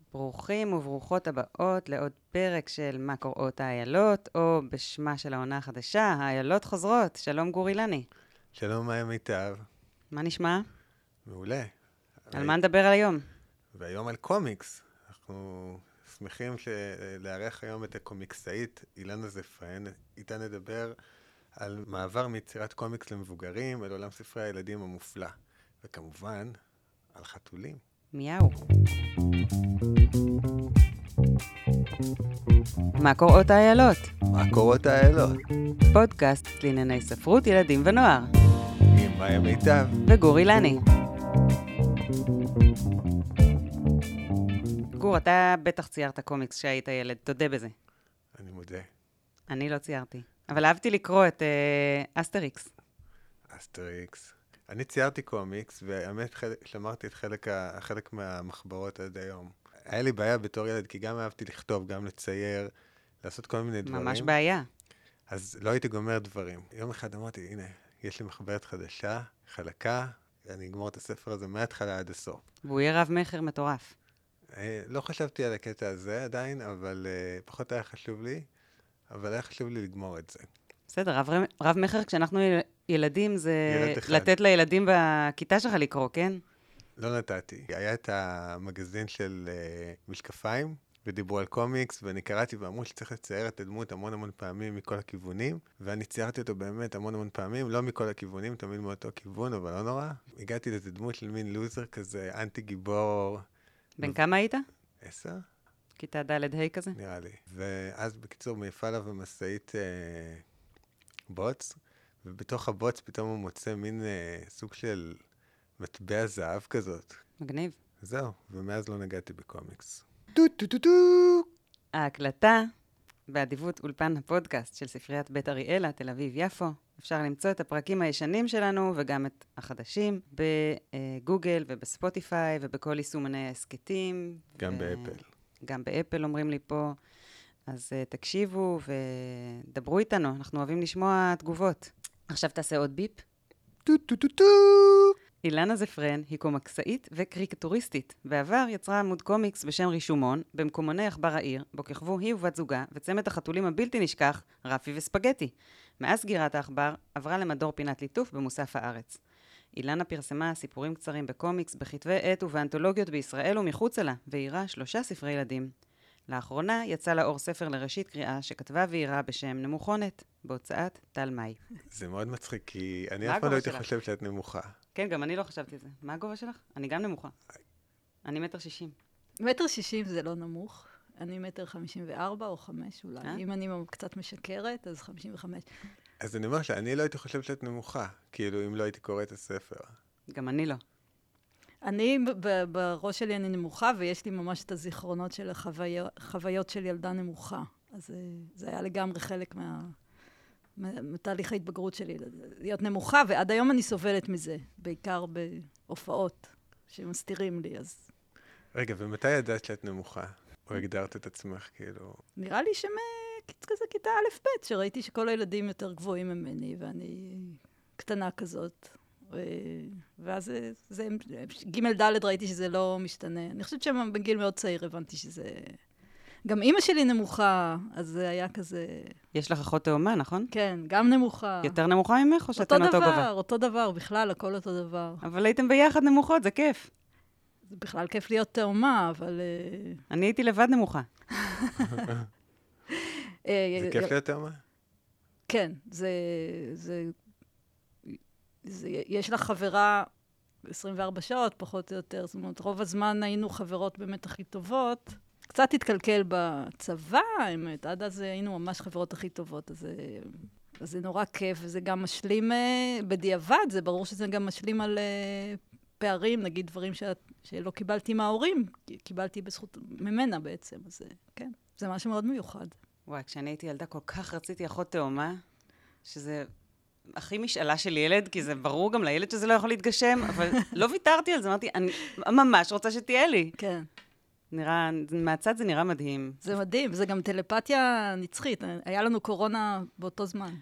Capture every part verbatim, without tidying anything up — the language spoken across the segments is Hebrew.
ברוכים וברוכות הבאות לעוד פרק של מה קוראות האיילות, או בשמה של העונה החדשה, האיילות חוזרות. שלום גור אילני. שלום מאיה מיטב. מה נשמע? מעולה. על מה נדבר היום? והיום על קומיקס. אנחנו שמחים לארח היום את הקומיקסאית אילנה זפרן. איתה נדבר על מעבר מיצירת קומיקס למבוגרים, על עולם ספרי הילדים המופלא. וכמובן, על חתולים. מיהו. מה קוראות האיילות? מה קוראות האיילות? פודקאסט לענייני ספרות, ילדים ונוער. עם מאיה מיטב. וגור אילני. גור, אתה בטח ציירת קומיקס שהיית ילד, תודה בזה. אני מודה. אני לא ציירתי. אבל אהבתי לקרוא את uh, אסטריקס. אסטריקס. אני ציירתי קומיקס, והאמת שמרתי את חלק, חלק מהמחברות עד היום. היה לי בעיה בתור ילד, כי גם אהבתי לכתוב, גם לצייר, לעשות כל מיני דברים. ממש בעיה. אז לא הייתי גומר דברים. יום אחד אמרתי, הנה, יש לי מחברת חדשה, חלקה, אני אגמור את הספר הזה מההתחלה עד הסוף. והוא יהיה רב מחר מטורף. לא חשבתי על הקטע הזה עדיין, אבל פחות היה חשוב לי, אבל היה חשוב לי לגמור את זה. בסדר, רב, רב מחר כשאנחנו ילדים זה לתת לילדים בכיתה שלך לקרוא, כן? לא נתתי. היה את המגזין של uh, משקפיים, ודיברו על קומיקס, ואני קראתי ואמרו שצריך לצייר את הדמות המון המון פעמים מכל הכיוונים, ואני ציירתי אותו באמת המון המון פעמים, לא מכל הכיוונים, תמיד מאותו כיוון, אבל לא נורא. הגעתי לזה דמות של מין לוזר כזה, אנטי גיבור. בן כמה היית? עשר? כיתה ד' ה' כזה? נראה לי. ואז בקיצור מעיפה לה ומסעית אה, בוץ, ובתוך הבוץ פתאום הוא מוצא מין אה, סוג של מטבע זהב כזאת. מגניב. זהו, ומאז לא נגעתי בקומיקס. טו טו טו טו! ההקלטה באדיבות אולפן הפודקאסט של ספריית בית אריאלה, תל אביב יפו. אפשר למצוא את הפרקים הישנים שלנו וגם את החדשים בגוגל ובספוטיפיי ובכל יישומני העסקתים. גם ו... באפל. גם באפל אומרים לי פה. אז uh, תקשיבו ודברו איתנו, אנחנו אוהבים לשמוע תגובות. עכשיו תעשה עוד ביפ. טו טו טו טו! אילנה זפרן היא קומיקסאית וקריקטוריסטית. בעבר יצרה עמוד קומיקס בשם רישומון, במקומוני עכבר העיר, בו כיכבו היא ובת זוגה, וצמד החתולים הבלתי נשכח, רפי וספגטי. מאז סגירת העכבר, עברה למדור פינת ליטוף במוסף הארץ. אילנה פרסמה סיפורים קצרים בקומיקס, בכתבי עת ובאנתולוגיות בישראל ומחוצה לה, ועירה שלושה ספרי ילדים. לאחרונה יצא לאור ספר לראשית קריאה שכתבה ועירה בשם נמוכונת, בהוצאת טל מאי. זה מאוד מצחיק, כי אני אף פעם לא הייתי חושב שאת נמוכה. כן, גם אני לא חשבתי את זה. מה הגובה שלך? אני גם נמוכה. אני מטר שישים. מטר שישים זה לא נמוך. אני מטר חמישים וארבע או חמש אולי. אה? אם אני קצת משקרת, אז חמישים וחמש. אז אני אומר שאני לא הייתי חושב שאת נמוכה, כאילו אם לא הייתי קורא את הספר. גם אני לא. אני, בראש שלי אני נמוכה, ויש לי ממש את הזיכרונות של החוויות של ילדה נמוכה. אז זה היה לגמרי חלק מה... מתהליך ההתבגרות שלי, להיות נמוכה, ועד היום אני סובלת מזה, בעיקר בהופעות שמסתירים לי, אז... רגע, ומתי ידעת שאת נמוכה? או הגדרת את עצמך, כאילו... נראה לי שכזה כיתה א' ב', שראיתי שכל הילדים יותר גבוהים ממני, ואני קטנה כזאת. ואז זה... ג' ד' ראיתי שזה לא משתנה. אני חושבת שבגיל מאוד צעיר הבנתי שזה... גם אמא שלי נמוכה, אז זה היה כזה... יש לך אחות תאומה, נכון? כן, גם נמוכה. יותר נמוכה ממך או שאתן אותו גובה? אותו דבר, אותו דבר, בכלל, הכל אותו דבר. אבל הייתם ביחד נמוכות, זה כיף. זה בכלל כיף להיות תאומה, אבל... אני הייתי לבד נמוכה. זה כיף להיות תאומה? כן, זה... יש לך חברה עשרים וארבע שעות, פחות או יותר. זאת אומרת, רוב הזמן היינו חברות באמת הכי טובות. קצת התקלקל בצבא, האמת, עד אז היינו ממש חברות הכי טובות, אז, אז זה נורא כיף, וזה גם משלים בדיעבד, זה ברור שזה גם משלים על פערים, נגיד דברים ש... שלא קיבלתי מההורים, קיבלתי בזכות ממנה בעצם, אז כן, זה משהו מאוד מיוחד. וואי, כשאני הייתי ילדה כל כך רציתי אחות תאומה, שזה הכי משאלה של ילד, כי זה ברור גם לילד שזה לא יכול להתגשם, אבל לא ויתרתי על זה, אמרתי, אני ממש רוצה שתהיה לי. כן. נראה, מהצד זה נראה מדהים. זה מדהים, זה גם טלפתיה נצחית. היה לנו קורונה באותו זמן.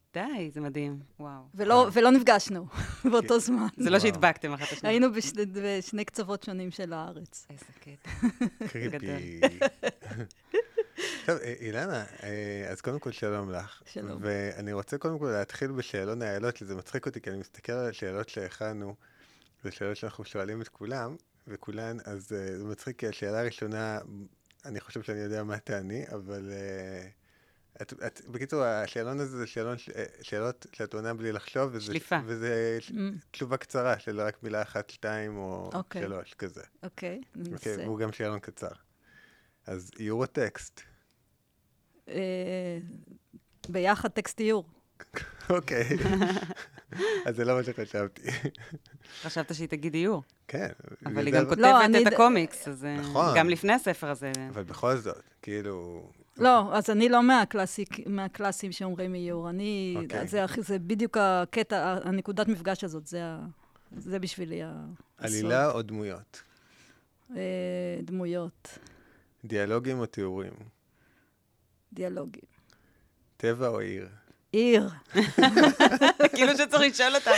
די, זה מדהים. וואו. ולא, ולא נפגשנו באותו זמן. זה לא שהדבקתם אחת השנייה. היינו בשני, בשני קצוות שונים של הארץ. איזה קטע. קריפי. טוב, אילנה, אז קודם כל שלום לך. שלום. ואני רוצה קודם כל להתחיל בשאלון האלות, שזה מצחיק אותי, כי אני מסתכל על השאלות שהכנו, זה שאלות שאנחנו שואלים את כולם, וכולן, אז זה מצחיק, כי השאלה הראשונה, אני חושב שאני יודע מה תעני, אבל... את, את, בקיצור, השאלון הזה זה שאלון, שאלות שאת עונה בלי לחשוב, וזה, שליפה. וזה mm. תשובה קצרה, של רק מילה אחת, שתיים או okay. שלוש, כזה. אוקיי, okay, ננסה. Okay, והוא גם שאלון קצר. אז איור או טקסט? אה, ביחד טקסט איור. אוקיי. אז זה לא מה שחשבתי. חשבת שהיא תגיד איור. כן. אבל היא גם כותבת את הקומיקס, אז גם לפני הספר הזה. אבל בכל זאת, כאילו... לא, אז אני לא מהקלאסים שאומרים איור. אני, זה בדיוק הקטע, הנקודת מפגש הזאת, זה בשבילי הסוד. עלילה או דמויות? דמויות. דיאלוגים או תיאורים? דיאלוגים. טבע או עיר? עיר. כאילו שצריך לשאול אותה.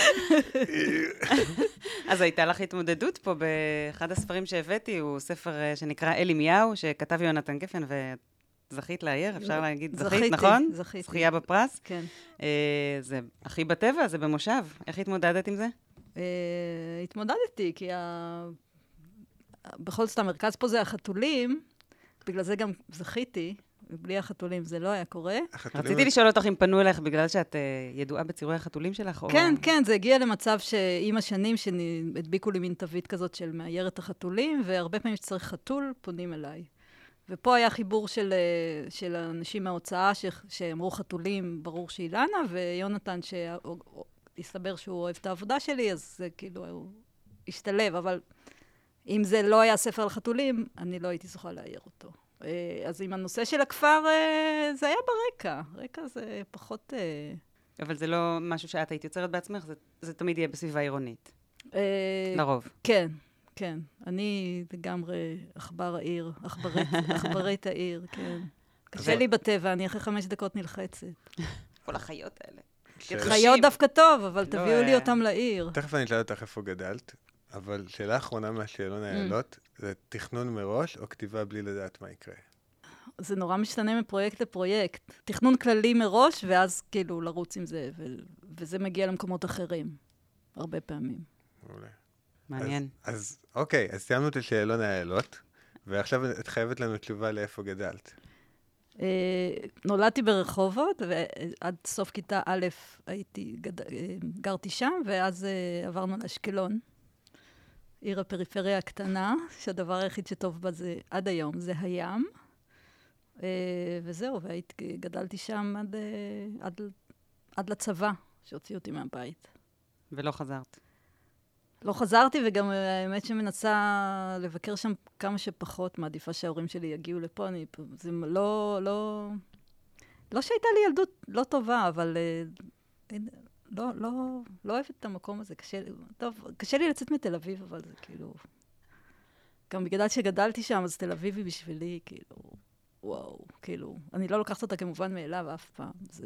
אז הייתה לך התמודדות פה באחד הספרים שהבאתי, הוא ספר שנקרא אלי מיהו, שכתב יונתן גפן, וזכית להעיר, אפשר להגיד זכית, נכון? זכיתי. זכייה בפרס. כן. זה הכי בטבע, זה במושב. איך התמודדת עם זה? התמודדתי, כי בכל זאת המרכז פה זה החתולים, בגלל זה גם זכיתי, ובלי החתולים זה לא היה קורה. רציתי לשאול אותך אם פנו אליך בגלל שאת ידועה בצירוי החתולים שלך? כן, כן, זה הגיע למצב שעם השנים שהדביקו לי מין תווית כזאת של מאיירת החתולים, והרבה פעמים שצריך חתול, פונים אליי. ופה היה חיבור של, של אנשים מההוצאה שאמרו חתולים, ברור שאילנה, ויונתן שהסתבר שהוא אוהב את העבודה שלי, אז זה כאילו הוא השתלב, אבל אם זה לא היה ספר על חתולים, אני לא הייתי זוכה להעיר אותו. אז עם הנושא של הכפר, זה היה ברקע. רקע זה פחות... אבל זה לא משהו שאת היית יוצרת בעצמך, זה, זה תמיד יהיה בסביבה עירונית. לרוב. כן, כן. אני לגמרי עכבר העיר, עכברית העיר, כן. קשה לי בטבע, אני אחרי חמש דקות נלחצת. כל החיות האלה. חיות דווקא טוב, אבל תביאו לי אותם לעיר. תכף אני אשאל אותך איפה גדלת, אבל שאלה האחרונה מהשאלון האלות, זה תכנון מראש או כתיבה בלי לדעת מה יקרה? זה נורא משתנה מפרויקט לפרויקט. תכנון כללי מראש, ואז כאילו לרוץ עם זה, וזה מגיע למקומות אחרים, הרבה פעמים. מעולה. מעניין. אז, אז אוקיי, אז סיימנו את השאלון האלות, ועכשיו את חייבת לנו תשובה לאיפה גדלת. נולדתי ברחובות, ועד סוף כיתה א' הייתי, גרתי שם, ואז עברנו לאשקלון. עיר הפריפריה הקטנה, שהדבר היחיד שטוב בה זה עד היום, זה הים. וזהו, וגדלתי שם עד, עד, עד לצבא, שהוציאו אותי מהבית. ולא חזרת. לא חזרתי, וגם האמת שמנסה לבקר שם כמה שפחות, מעדיפה שההורים שלי יגיעו לפה. אני, זה לא, לא, לא שהייתה לי ילדות לא טובה, אבל לא, לא, לא אוהבת את המקום הזה. קשה, טוב, קשה לי לצאת מתל אביב, אבל זה כאילו... גם בגלל שגדלתי שם, אז תל אביב היא בשבילי, כאילו, וואו, כאילו, אני לא לוקחת אותה כמובן מאליו אף פעם. זה...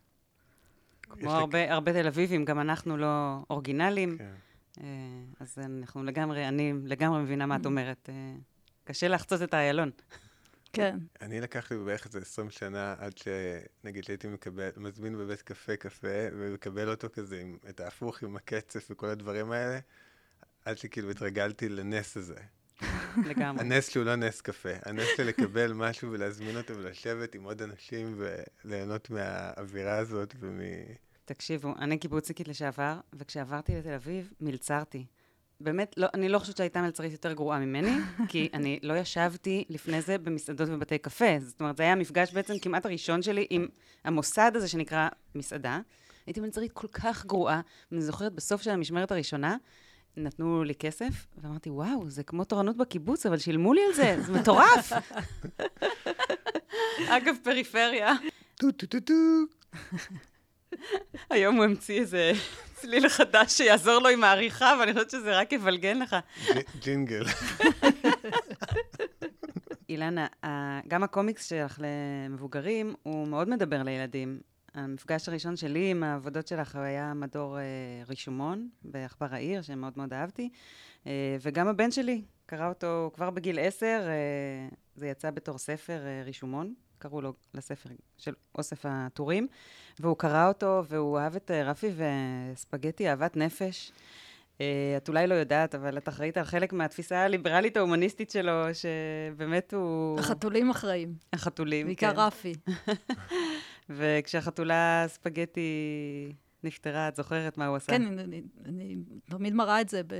כמו הרבה, הרבה תל אביבים, גם אנחנו לא אורגינליים. כן. אז אנחנו לגמרי, אני לגמרי מבינה מה את אומרת. קשה לחצות את האיילון. כן. אני לקחתי בערך איזה עשרים שנה עד שנגיד שהייתי מקבל, מזמין בבית קפה קפה, ומקבל אותו כזה, עם, את ההפוך עם הקצף וכל הדברים האלה, עד שכאילו התרגלתי לנס הזה. לגמרי. הנס שהוא לא נס קפה. הנס של לקבל משהו ולהזמין אותו ולשבת עם עוד אנשים וליהנות מהאווירה הזאת ומ... תקשיבו, אני קיבוציקית לשעבר, וכשעברתי לתל אביב, מלצרתי. באמת, לא, אני לא חושבת שהייתה מלצרית יותר גרועה ממני, כי אני לא ישבתי לפני זה במסעדות ובתי קפה. זאת אומרת, זה היה המפגש בעצם כמעט הראשון שלי עם המוסד הזה שנקרא מסעדה. הייתי מלצרית כל כך גרועה, ואני זוכרת בסוף של המשמרת הראשונה, נתנו לי כסף, ואמרתי, וואו, זה כמו תורנות בקיבוץ, אבל שילמו לי על זה, זה מטורף. אגב, פריפריה. טו טו טו טו. היום הוא המציא איזה צליל חדש שיעזור לו עם העריכה, ואני חושבת שזה רק יבלגן לך. ג'ינגל. אילנה, גם הקומיקס שלך למבוגרים, הוא מאוד מדבר לילדים. המפגש הראשון שלי עם העבודות שלך היה מדור אה, רישומון בעכבר העיר, שמאוד מאוד אהבתי, אה, וגם הבן שלי קרא אותו כבר בגיל עשר, אה, זה יצא בתור ספר אה, רישומון, קראו לו לספר של אוסף הטורים, והוא קרא אותו והוא אהב את אה, רפי וספגטי, אהבת נפש. אה, את אולי לא יודעת, אבל את אחראית על חלק מהתפיסה הליברלית ההומניסטית שלו, שבאמת הוא... החתולים אחראים. החתולים, בעיקר כן. רפי. וכשהחתולה ספגטי נפטרה, את זוכרת מה הוא עשה? כן, אני, אני תמיד מראה את זה. ב...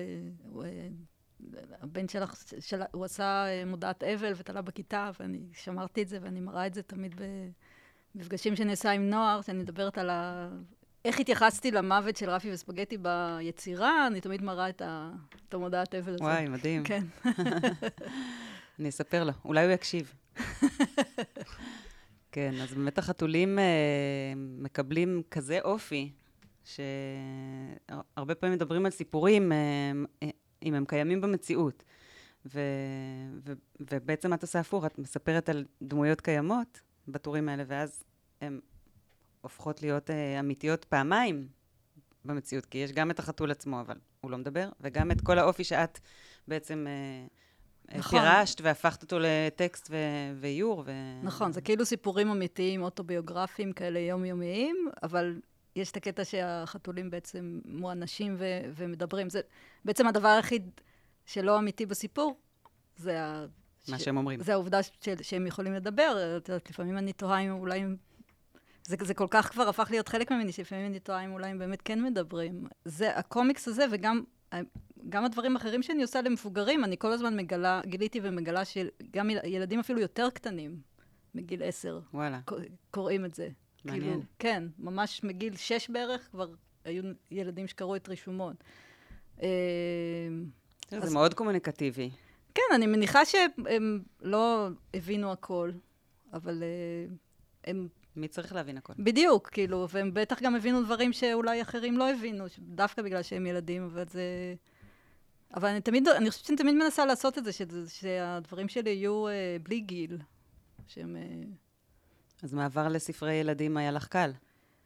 הבן שלך, של... הוא עשה מודעת אבל ותלה בכיתה, ואני שמרתי את זה, ואני מראה את זה תמיד במפגשים שנעשה עם נוער, שאני מדברת על ה... איך התייחסתי למוות של רפי וספגטי ביצירה, אני תמיד מראה את, ה... את המודעת אבל הזה. וואי, מדהים. כן. אני אספר לו, אולי הוא יקשיב. כן, אז באמת החתולים אה, מקבלים כזה אופי, שהרבה פעמים מדברים על סיפורים, אה, אה, אם הם קיימים במציאות. ו, ו, ובעצם את עושה הפוך, את מספרת על דמויות קיימות בטורים האלה, ואז הן הופכות להיות אה, אמיתיות פעמיים במציאות, כי יש גם את החתול עצמו, אבל הוא לא מדבר, וגם את כל האופי שאת בעצם... אה, נכון. פירשת והפכת אותו לטקסט ו- ואיור. ו... נכון, זה כאילו סיפורים אמיתיים, אוטוביוגרפיים כאלה יומיומיים, אבל יש את הקטע שהחתולים בעצם מואנשים ו- ומדברים. זה בעצם הדבר היחיד שלא אמיתי בסיפור, זה, ה- מה ש- שהם אומרים. זה העובדה ש- שהם יכולים לדבר. את יודעת, לפעמים אני תוהה אם אולי... הם- זה, זה כל כך כבר הפך להיות חלק ממני, שלפעמים אני תוהה אם אולי הם באמת כן מדברים. זה הקומיקס הזה, וגם... גם הדברים האחרים שאני עושה למבוגרים, אני כל הזמן מגלה, גיליתי ומגלה שגם ילדים אפילו יותר קטנים, מגיל עשר, וואלה. קוראים את זה. מעניין. כאילו, כן, ממש מגיל שש בערך כבר היו ילדים שקראו את רישומון. זה אז, מאוד קומוניקטיבי. כן, אני מניחה שהם לא הבינו הכל, אבל הם... מי צריך להבין הכל? בדיוק, כאילו, והם בטח גם הבינו דברים שאולי אחרים לא הבינו, דווקא בגלל שהם ילדים, אבל זה... אבל אני תמיד, אני חושבת שאני תמיד מנסה לעשות את זה, שזה, שהדברים שלי יהיו אה, בלי גיל, שהם... אה... אז מעבר לספרי ילדים היה לך קל.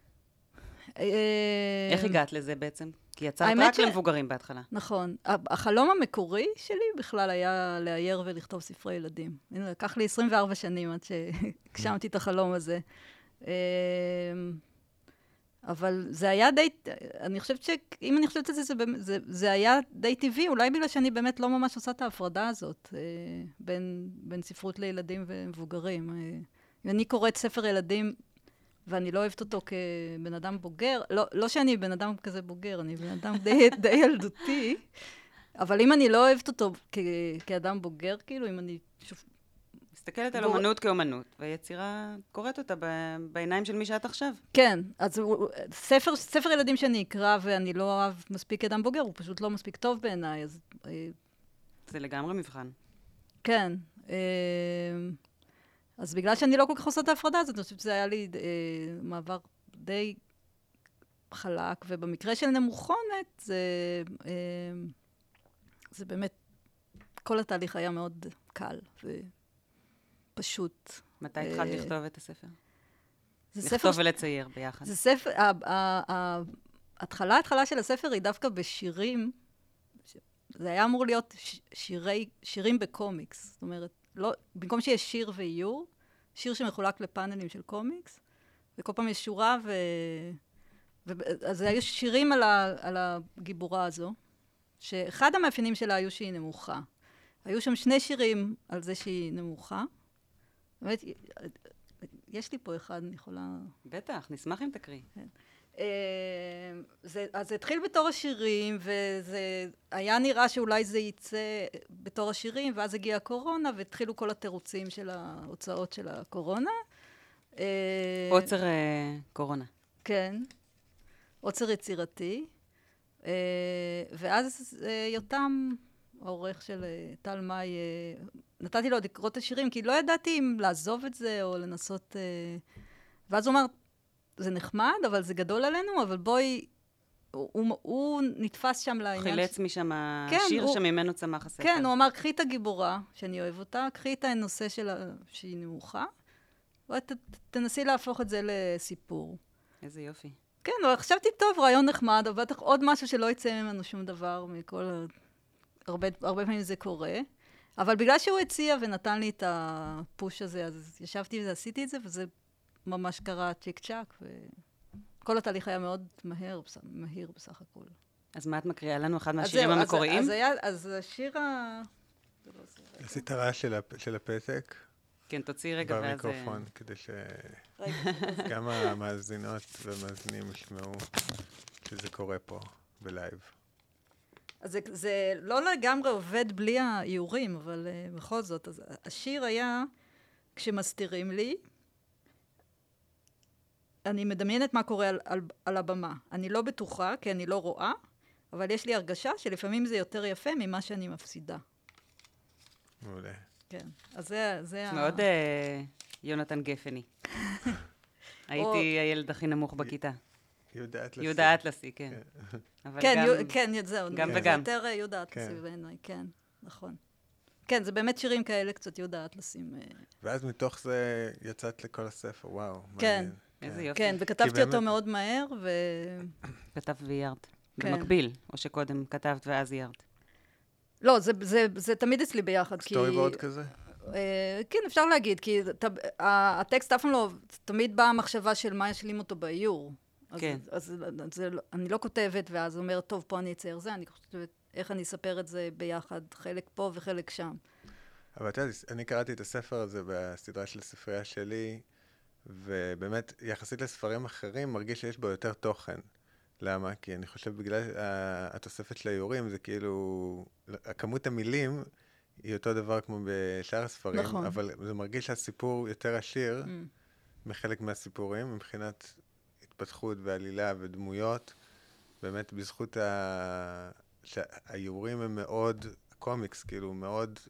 אה... איך הגעת לזה בעצם? כי יצרת רק ש... למבוגרים בהתחלה. נכון. החלום המקורי שלי בכלל היה לאייר ולכתוב ספרי ילדים. הנה, לקח לי עשרים וארבע שנים עד שהגשמתי את החלום הזה. אבל זה היה די, אני חושבת שאם אני חושבת על זה, זה, זה, זה היה די טבעי, אולי בגלל שאני באמת לא ממש עושה את ההפרדה הזאת, בין, בין ספרות לילדים ומבוגרים. אם אני קוראת ספר ילדים, ואני לא אוהבת אותו כבן אדם בוגר, לא, לא שאני בן אדם כזה בוגר, אני בן אדם די, די ילדותי, אבל אם אני לא אוהבת אותו כ, כאדם בוגר, כאילו, אם אני... שוב, מסתכלת על אומנות כאומנות, ויצירה קוראת אותה בעיניים של מי שאת עכשיו. כן, אז ספר, ספר ילדים שאני אקרא ואני לא אוהב מספיק אדם בוגר, הוא פשוט לא מספיק טוב בעיניי, אז... זה לגמרי מבחן. כן. אז בגלל שאני לא כל כך עושה את ההפרדה הזאת, אני חושבת שזה היה לי מעבר די חלק, ובמקרה של נמוכונת, זה, זה באמת, כל התהליך היה מאוד קל ו... פשוט. מתי התחלת לכתוב את הספר? זה לכתוב ולצייר ביחד. זה ספר, ההתחלה, ההתחלה של הספר היא דווקא בשירים, זה היה אמור להיות שירי, שירים בקומיקס, זאת אומרת, לא, במקום שיש שיר ואיור, שיר שמחולק לפאנלים של קומיקס, וכל פעם יש שורה, ו... אז היו שירים על, ה, על הגיבורה הזו, שאחד המאפיינים שלה היו שהיא נמוכה. היו שם שני שירים על זה שהיא נמוכה, באמת, יש לי פה אחד, אני יכולה... בטח, נשמח אם תקריא. כן. זה, אז זה התחיל בתור השירים, וזה היה נראה שאולי זה יצא בתור השירים, ואז הגיעה הקורונה, והתחילו כל התירוצים של ההוצאות של הקורונה. עוצר קורונה. כן, עוצר יצירתי. ואז יותם, העורך של טל מאי, נתתי לו לקרוא את השירים, כי לא ידעתי אם לעזוב את זה או לנסות... ואז הוא אמר, זה נחמד, אבל זה גדול עלינו, אבל בואי... הוא, הוא, הוא נתפס שם לעניין... חילץ משם השיר כן, שממנו צמח הספר. כן, הוא אמר, קחי את הגיבורה, שאני אוהב אותה, קחי את הנושא שלה, שהיא נמוכה, ותנסי להפוך את זה לסיפור. איזה יופי. כן, אבל חשבתי, טוב, רעיון נחמד, אבל בטח עוד משהו שלא יצא ממנו שום דבר, מכל ה... הרבה, הרבה פעמים זה קורה. אבל בגלל שהוא הציע ונתן לי את הפוש הזה, אז ישבתי ועשיתי את זה, וזה ממש קרה צ'יק צ'אק, וכל התהליך היה מאוד מהר, מהיר בסך הכל. אז מה את מקריאה לנו? אחד מהשירים המקוריים? אז היה, אז השיר ה... עשית רעש של הפתק? כן, תוציא רגע ואז... במיקרופון, כדי שגם המאזינות והמאזינים ישמעו שזה קורה פה בלייב. אז זה, זה לא לגמרי עובד בלי האיורים, אבל uh, בכל זאת, אז השיר היה, כשמסתירים לי, אני מדמיינת מה קורה על, על, על הבמה. אני לא בטוחה, כי אני לא רואה, אבל יש לי הרגשה שלפעמים זה יותר יפה ממה שאני מפסידה. מעולה. כן, אז זה... זה מאוד יונתן גפני. הייתי הילד הכי נמוך בכיתה. יהודה אטלסי. יהודה אטלסי, כן. כן, זהו. גם וגם. זה יותר יהודה אטלסי בעיניי, כן, נכון. כן, זה באמת שירים כאלה, קצת יהודה אטלסים. ואז מתוך זה יצאת לכל הספר, וואו. כן. איזה יופי. כן, וכתבתי אותו מאוד מהר, ו... כתבת ואיירת. במקביל, או שקודם כתבת ואז איירת. לא, זה, זה, זה תמיד אצלי ביחד, כי... סטורי בורד כזה? אה, כן, אפשר להגיד, כי ת, הטקסט אף פעם לא... תמיד באה המחשבה של מה ישלים אותו באיור. אז, כן. אז, אז זה, אני לא כותבת, ואז אומרת, טוב, פה אני אצייר זה, אני חושבת איך אני אספר את זה ביחד, חלק פה וחלק שם. אבל אתה יודע, אני קראתי את הספר הזה בסדרה של הספרייה שלי, ובאמת, יחסית לספרים אחרים, מרגיש שיש בו יותר תוכן. למה? כי אני חושב בגלל התוספת של האיורים, זה כאילו, כמות המילים היא אותו דבר כמו בשאר הספרים, נכון. אבל זה מרגיש שהסיפור יותר עשיר mm. מחלק מהסיפורים, מבחינת התפתחות ועלילה ודמויות, באמת בזכות ה... שהאיורים הם מאוד, הקומיקס כאילו מאוד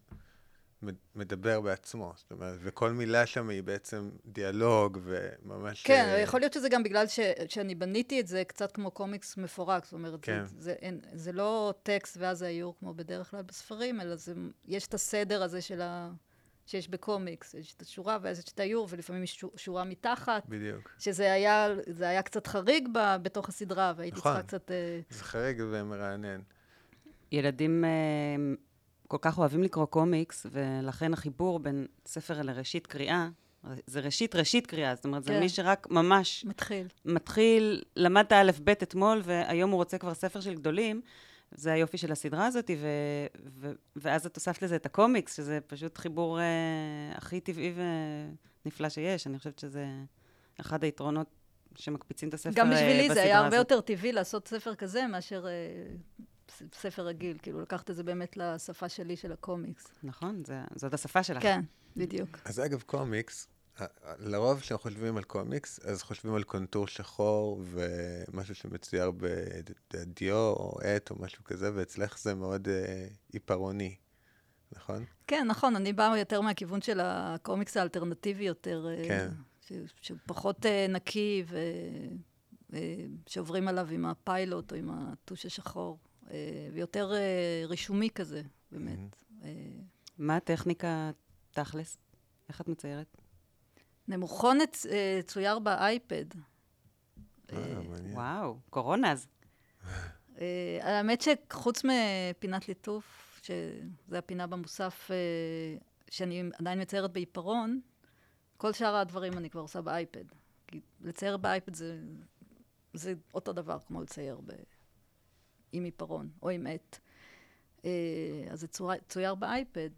מדבר בעצמו, זאת אומרת, וכל מילה שם היא בעצם דיאלוג וממש... כן, uh... יכול להיות שזה גם בגלל ש... שאני בניתי את זה קצת כמו קומיקס מפורק, זאת אומרת, כן. זה, זה, אין, זה לא טקסט ואז האיור כמו בדרך כלל בספרים, אלא זה, יש את הסדר הזה של ה... שיש בקומיקס, יש את השורה ואז יש את האיור, ולפעמים יש שורה מתחת. בדיוק. שזה היה, זה היה קצת חריג ב... בתוך הסדרה, והייתי נכון. צריכה קצת... Uh... זה חריג ומרענן. ילדים... Uh... כל כך אוהבים לקרוא קומיקס, ולכן החיבור בין ספר לראשית קריאה, זה ראשית ראשית קריאה, זאת אומרת, כן. זה מי שרק ממש... מתחיל. מתחיל, למד את האלף בית אתמול, והיום הוא רוצה כבר ספר של גדולים, זה היופי של הסדרה הזאת, ו- ו- ואז את הוספת לזה את הקומיקס, שזה פשוט חיבור uh, הכי טבעי ונפלא שיש. אני חושבת שזה אחד היתרונות שמקפיצים את הספר בסדרה הזאת. גם בשבילי זה היה הרבה יותר טבעי לעשות ספר כזה, מאשר... Uh... ספר רגיל, כאילו לקחת את זה באמת לשפה שלי של הקומיקס. נכון, זה, זאת השפה שלך. כן, בדיוק. אז אגב, קומיקס, לרוב כשאנחנו חושבים על קומיקס, אז חושבים על קונטור שחור ומשהו שמצויר בדיו או עט או משהו כזה, ואצלך זה מאוד אה, עיפרוני, נכון? כן, נכון, אני באה יותר מהכיוון של הקומיקס האלטרנטיבי יותר, כן. ש, שהוא פחות אה, נקי ו, אה, שעוברים עליו עם הפיילוט או עם הטוש השחור. ויותר רישומי כזה, באמת. מה הטכניקה תכלס? איך את מציירת? נמוכונת צויר באייפד. וואו, קורונה אז. האמת שחוץ מפינת ליטוף, שזה הפינה במוסף שאני עדיין מציירת בעיפרון, כל שאר הדברים אני כבר עושה באייפד. כי לצייר באייפד זה אותו דבר כמו לצייר ב... עם עיפרון, או עם עט. אז זה צויר באייפד.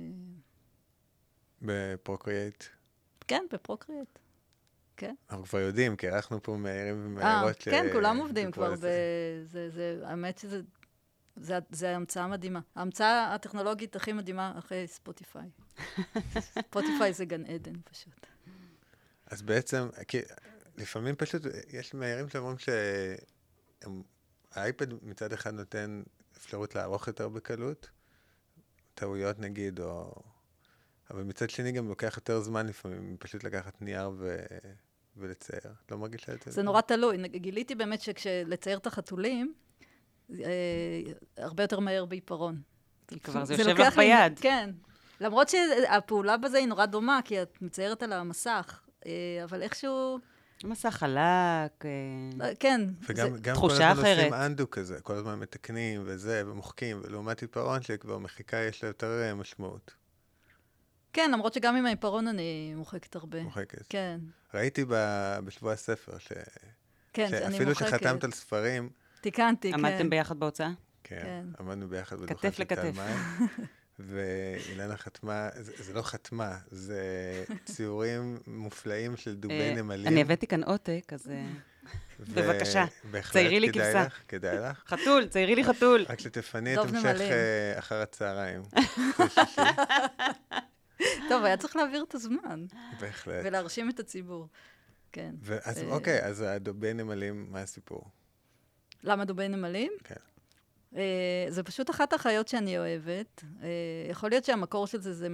בפרוקריאט? כן, בפרוקריאט. כן. אנחנו כבר יודעים, כי אנחנו פה מהירים ומהירות. כן, כולם עובדים כבר. האמת שזה... זה המצאה מדהימה. ההמצאה הטכנולוגית הכי מדהימה אחרי ספוטיפיי. ספוטיפיי זה גן עדן פשוט. אז בעצם, לפעמים פשוט, יש מהירים שאומרים שהם... האייפד מצד אחד נותן אפשרות לערוך יותר בקלות, טעויות נגיד, או... אבל מצד שני גם לוקח יותר זמן לפעמים, פשוט לקחת נייר ו... ולצייר. לא מרגישה את זה? זה נורא תלוי. גיליתי באמת שכשלצייר את החתולים, אה, הרבה יותר מהר בעיפרון. כבר זה יושב לך ביד. כן. למרות שהפעולה בזה היא נורא דומה, כי את מציירת על המסך, אה, אבל איכשהו... מסע חלק, כן. וגם גם כל הזמן עושים אנדו כזה, כל הזמן מתקנים וזה, ומוחקים, ולעומת עיפרון שכבר מחיקה יש לה יותר משמעות. כן, למרות שגם עם העיפרון אני מוחקת הרבה. מוחקת. כן. ראיתי בשבוע הספר, ש... כן, אני מוחקת. שאפילו שחתמת על ספרים... תיקנתי, כן. עמדתם ביחד בהוצאה? כן, כן. עמדנו ביחד בדוכן של תלמי. ואילנה חתמה, זה, זה לא חתמה, זה ציורים מופלאים של דובי נמלים. אני הבאתי כאן עותק, אז בבקשה, ציירי לי כבשה. בהחלט, כדאי לך. חתול, ציירי לי חתול. רק שתפני את המשך אחר הצהריים. טוב, היה צריך להעביר את הזמן. בהחלט. ולהרשים את הציבור. כן. אז אוקיי, אז הדובי נמלים, מה הסיפור? למה דובי נמלים? כן. זה פשוט אחת החיות שאני אוהבת. יכול להיות שהמקור של זה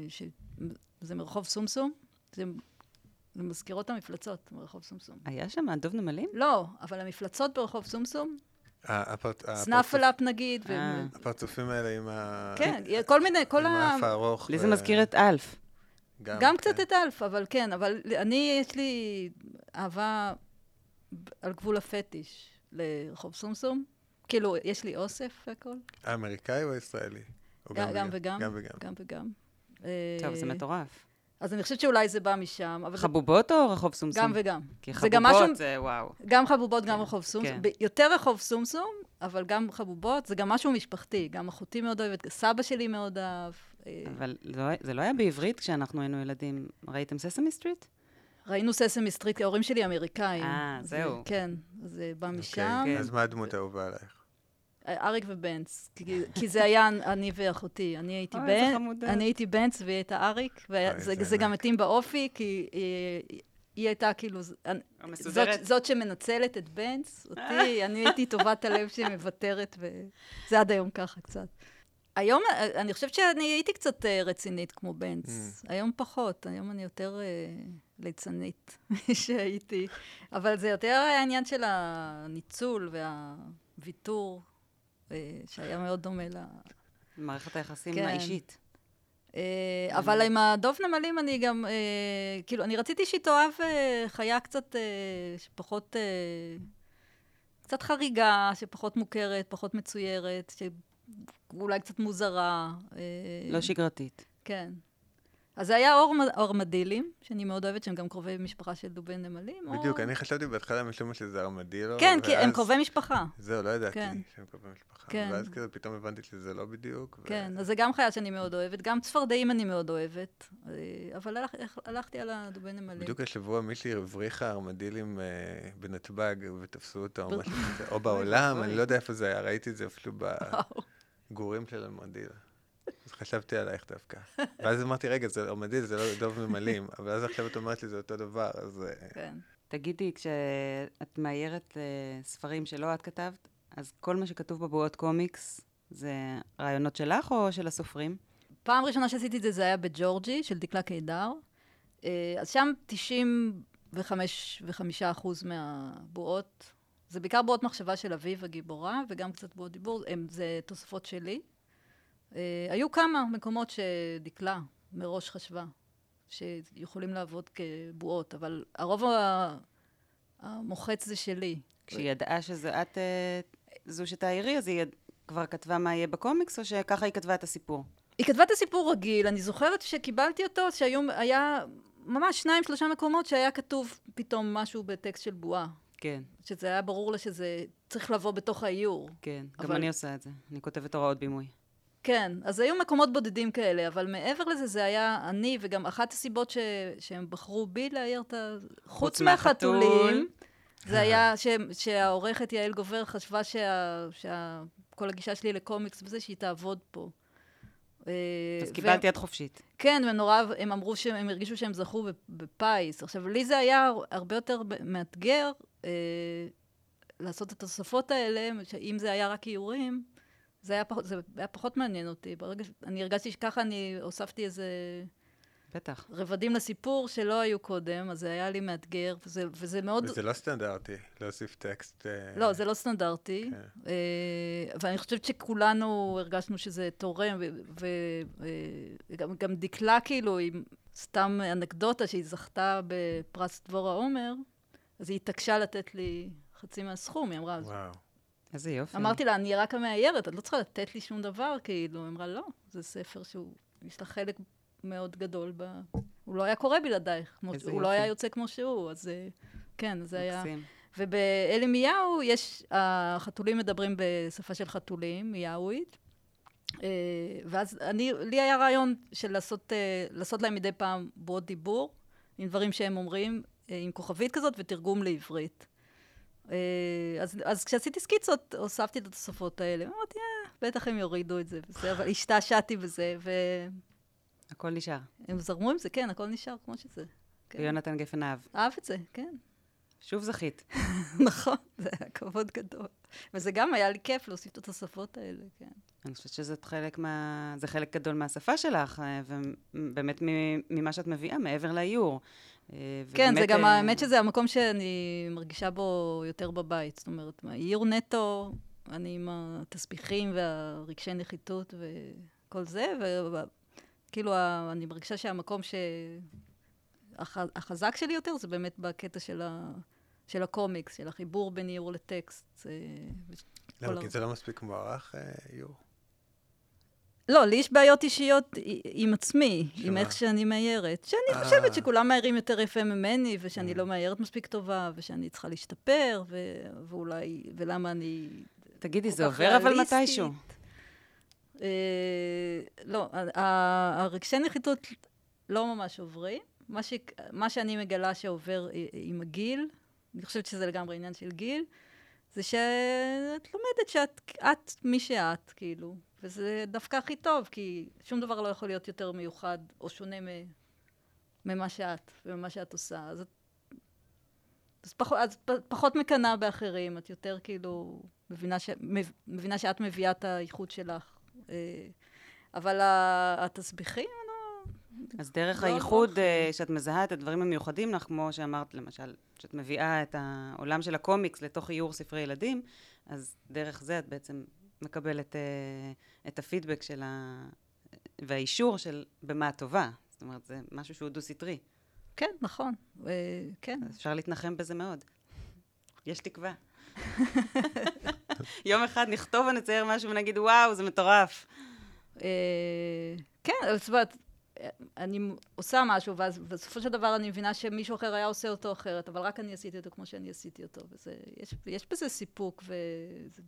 זה מרחוב סומסום. זה מזכירות המפלצות מרחוב סומסום. היה שם דוב נמלים? לא, אבל המפלצות ברחוב סומסום, סנאפלאפ נגיד. הפרצופים האלה עם ה... כן, כל מיני, כל ה... עם האף הארוך. לי זה מזכיר את אלף. גם קצת את אלף, אבל כן, אבל אני, יש לי אהבה על גבול הפטיש לרחוב סומסום. כאילו, יש לי אוסף והכל. האמריקאי או הישראלי? גם וגם. גם וגם. גם וגם. טוב, זה מטורף. אז אני חושבת שאולי זה בא משם. חבובות או רחוב סומסום? גם וגם. כי חבובות זה וואו. גם חבובות, גם רחוב סומסום. יותר רחוב סומסום, אבל גם חבובות, זה גם משהו משפחתי. גם אחותי מאוד אוהבת, סבא שלי מאוד אהב. אבל זה לא היה בעברית כשאנחנו היינו ילדים. ראיתם ססמי סטריט? ראינו ססמי סטריט, כי ההורים שלי אמריקאים. אה, זהו. כן, זה בא משם. אז מה הדמות האהובה עלייך? אריק ובנץ, כי זה היה אני ואחותי. אני הייתי בנץ, אני הייתי בנץ והיא הייתה אריק, וזה גם מתאים באופי, כי היא הייתה כאילו, זאת שמנצלת את בנץ, אותי, אני הייתי טובת הלב שמוותרת, וזה עד היום ככה קצת. היום, אני חושבת שאני הייתי קצת רצינית כמו בנץ, היום פחות, היום אני יותר ליצנית שהייתי, אבל זה יותר העניין של הניצול והוויתור, שהיה מאוד דומה ל... מערכת היחסים האישית. אבל עם הדוב נמלים אני גם, כאילו, אני רציתי שהיא תאהב חיה קצת, שפחות, קצת חריגה, שפחות מוכרת, פחות מצוירת, שאולי קצת מוזרה. לא שגרתית. כן. אז זה היה אורמדילים, שאני מאוד אוהבת, שהם גם קרובי משפחה של דובי נמלים. בדיוק, אני חשבתי בהתחלה משום שזה ארמדילו. כן, כי הם קרובי משפחה. זהו, לא ידעתי שהם קרובי משפחה. ואז כזה פתאום הבנתי שזה לא בדיוק. כן, אז זה גם חיה שאני מאוד אוהבת, גם צפרדעים אני מאוד אוהבת, אבל הלכתי על הדובי נמלים. בדיוק השבוע מישהי הבריחה ארמדילים בנתב"ג ותפסו אותו או משהו כזה, או בעולם, אני לא יודע איפה זה היה, ראיתי את זה אפילו בגורים של ארמדילה. אז חשבתי עלייך דווקא. ואז אמרתי, רגע, זה ארמדיל, זה לא דוב נמלים, אבל אז עכשיו את אומרת לי, זה אותו דבר, אז... כן. תגידי, כשאת מאיירת ספרים שלא את כתבת, אז כל מה שכתוב בבועות קומיקס, זה רעיונות שלך או של הסופרים? פעם ראשונה שעשיתי את זה, זה היה בג'ורג'י, של דקלה קידר. אז שם תשעים וחמישה אחוז מהבועות, זה בעיקר בועות מחשבה של אביב הגיבורה, וגם קצת בועות דיבור, זה תוספות שלי. Uh, היו כמה מקומות שדקלה מראש חשבה שיכולים לעבוד כבועות, אבל הרוב המוחץ זה שלי. כשהיא ידעה שזו את, uh, זו שתאיירי, אז היא כבר כתבה מה יהיה בקומיקס, או שככה היא כתבה את הסיפור? היא כתבה את הסיפור רגיל. אני זוכרת שקיבלתי אותו, שהיום היה ממש שניים, שלושה מקומות שהיה כתוב פתאום משהו בטקסט של בועה. כן. שזה היה ברור לה שזה צריך לבוא בתוך האיור. כן, אבל... גם אני עושה את זה. אני כותבת הוראות בימוי. כן, אז היו מקומות בודדים כאלה, אבל מעבר לזה זה היה אני, וגם אחת הסיבות ש... שהם בחרו בי להעיר את ה... חוץ מהחתולים, זה היה ש... שהעורכת יעל גובר חשבה שה... שה... כל הגישה שלי לקומיקס וזה שהיא תעבוד פה. אז קיבלתי יד חופשית. כן, ונורא, הם אמרו שהם הרגישו שהם זכו בפיס. עכשיו, לי זה היה הרבה יותר מאתגר לעשות את התוספות האלה, שאם זה היה רק איורים, זה היה פחות, זה היה פחות מעניין אותי. ברגע, אני הרגשתי שככה אני הוספתי איזה... בטח. רבדים לסיפור שלא היו קודם, אז זה היה לי מאתגר, וזה, וזה מאוד... וזה לא סטנדרטי, להוסיף טקסט... לא, זה לא סטנדרטי. כן. ואני חושבת שכולנו הרגשנו שזה תורם, וגם גם דקלה כאילו, עם סתם אנקדוטה שהיא זכתה בפרס דבורה עומר, אז היא התעקשה לתת לי חצי מהסכום, היא אמרה, וואו. איזה יופי. אמרתי לה, אני רק המאיירת, את לא צריכה לתת לי שום דבר, כאילו, היא אמרה, לא, זה ספר שהוא, יש לה חלק מאוד גדול ב... הוא לא היה קורא בלעדייך, הוא לא היה יוצא כמו שהוא, אז כן, זה היה... ובאלי מיהו יש, החתולים מדברים בשפה של חתולים, מיהווית, ואז אני, לי היה רעיון של לעשות, לעשות להם מדי פעם בועות דיבור, עם דברים שהם אומרים, עם כוכבית כזאת ותרגום לעברית. אז, אז כשעשיתי סקיצות, הוספתי את התוספות האלה. אמרתי, אה, בטח הם יורידו את זה, וזה, אבל השתעשעתי בזה, ו... הכל נשאר. הם זרמו עם זה, כן, הכל נשאר כמו שזה. כן. ויונתן גפן אהב. אהב את זה, כן. שוב זכית. נכון, זה היה כבוד גדול. וזה גם היה לי כיף להוסיף את התוספות האלה, כן. אני חושבת שזה חלק מה... זה חלק גדול מהשפה שלך, ובאמת ממה שאת מביאה, מעבר לאיור. כן, זה גם האמת שזה המקום שאני מרגישה בו יותר בבית. זאת אומרת, איור נטו, אני עם התסביכים והרגשי נחיתות וכל זה, וכאילו אני מרגישה שהמקום שהחזק שלי יותר זה באמת בקטע של ה... של הקומיקס, של החיבור בין איור לטקסט. למה? כי זה לא מספיק מוערך, איור? לא, לי יש בעיות אישיות עם עצמי, עם איך שאני מאיירת. שאני חושבת שכולם מאיירים יותר יפה ממני, ושאני לא מאיירת מספיק טובה, ושאני צריכה להשתפר, ואולי, ולמה אני... תגידי, זה עובר אבל מתישהו? לא, הרגשי נחיתות לא ממש עוברים. מה שאני מגלה שעובר עם הגיל, אני חושבת שזה לגמרי עניין של גיל, זה שאת לומדת שאת את מי שאת, כאילו. וזה דווקא הכי טוב, כי שום דבר לא יכול להיות יותר מיוחד או שונה ממה שאת וממה שאת עושה. אז, את, אז, פחות, אז פחות מקנה באחרים, את יותר כאילו מבינה, ש, מבינה שאת מביאה את האיכות שלך. אבל התסביכים, אז דרך הייחוד שאת מזהה את הדברים המיוחדים לך, כמו שאמרת למשל, שאת מביאה את העולם של הקומיקס לתוך איור ספרי ילדים, אז דרך זה את בעצם מקבלת את הפידבק של ה... והאישור של במה הטובה. זאת אומרת, זה משהו שהוא דו-סטרי. כן, נכון. כן. אפשר להתנחם בזה מאוד. יש תקווה. יום אחד נכתוב ונצייר משהו ונגיד, וואו, זה מטורף. כן, זאת אומרת, אני עושה משהו, ואז בסופו של דבר אני מבינה שמישהו אחר היה עושה אותו אחרת, אבל רק אני עשיתי אותו כמו שאני עשיתי אותו, וזה, יש, יש בזה סיפוק, וזה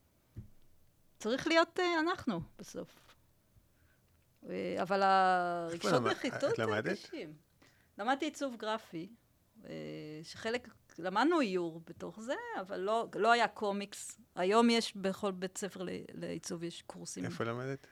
צריך להיות uh, אנחנו בסוף. Uh, אבל הרגשות נחיתות הם קשים. למדתי עיצוב גרפי, uh, שחלק, למדנו איור בתוך זה, אבל לא, לא היה קומיקס. היום יש בכל בית ספר לעיצוב, יש קורסים. איפה למדת?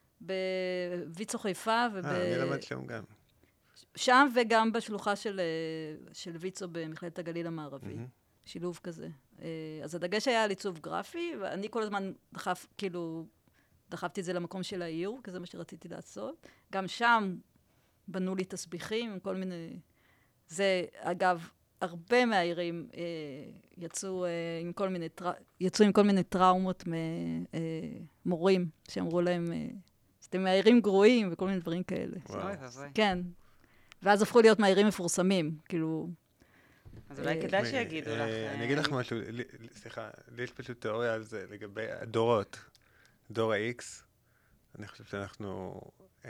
בוויצו חיפה וב... אה, אני למד שם גם. שם וגם בשלוחה של, של ויצו במכללת הגליל המערבי. Mm-hmm. שילוב כזה. אז הדגש היה על עיצוב גרפי, ואני כל הזמן דחף, כאילו, דחפתי את זה למקום של האיור, כי זה מה שרציתי לעשות. גם שם בנו לי תסביכים, כל מיני... זה, אגב, הרבה מהעירים אה, יצאו, אה, עם כל מיני טרא... יצאו עם כל מיני טראומות ממורים, אה, שאמרו להם... אה, אתם מאיירים גרועים וכל מיני דברים כאלה. כן. ואז הפכו להיות מאיירים מפורסמים, כאילו... אז אולי כדאי שיגידו לך... אני אגיד לך משהו, סליחה, לי יש פשוט תיאוריה על זה, לגבי הדורות, דור ה-X, אני חושב שאנחנו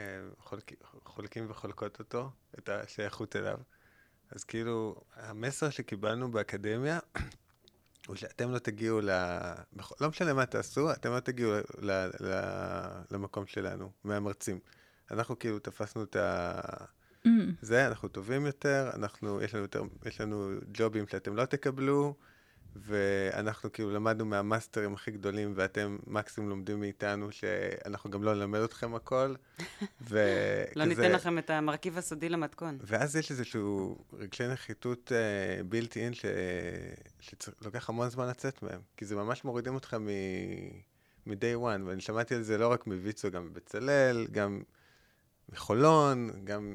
חולקים וחולקות אותו, את השייכות אליו. אז כאילו, המסר שקיבלנו באקדמיה, הוא שאתם לא תגיעו ל... לא משנה מה תעשו, אתם לא תגיעו ל... ל... למקום שלנו, מהמרצים. אנחנו כאילו תפסנו את ה... Mm. זה, אנחנו טובים יותר, אנחנו, יש לנו יותר, יש לנו ג'ובים שאתם לא תקבלו, ואנחנו כאילו למדנו מהמאסטרים הכי גדולים, ואתם מקסימום לומדים מאיתנו שאנחנו גם לא נלמד אתכם הכל. וכזה... לא ניתן לכם את המרכיב הסודי למתכון. ואז יש איזשהו רגשי נחיתות uh, built in ש... שלוקח המון זמן לצאת מהם, כי זה ממש מורידים אותך מ... מ-day one, ואני שמעתי על זה לא רק מויצו, גם בצלל, גם מחולון, גם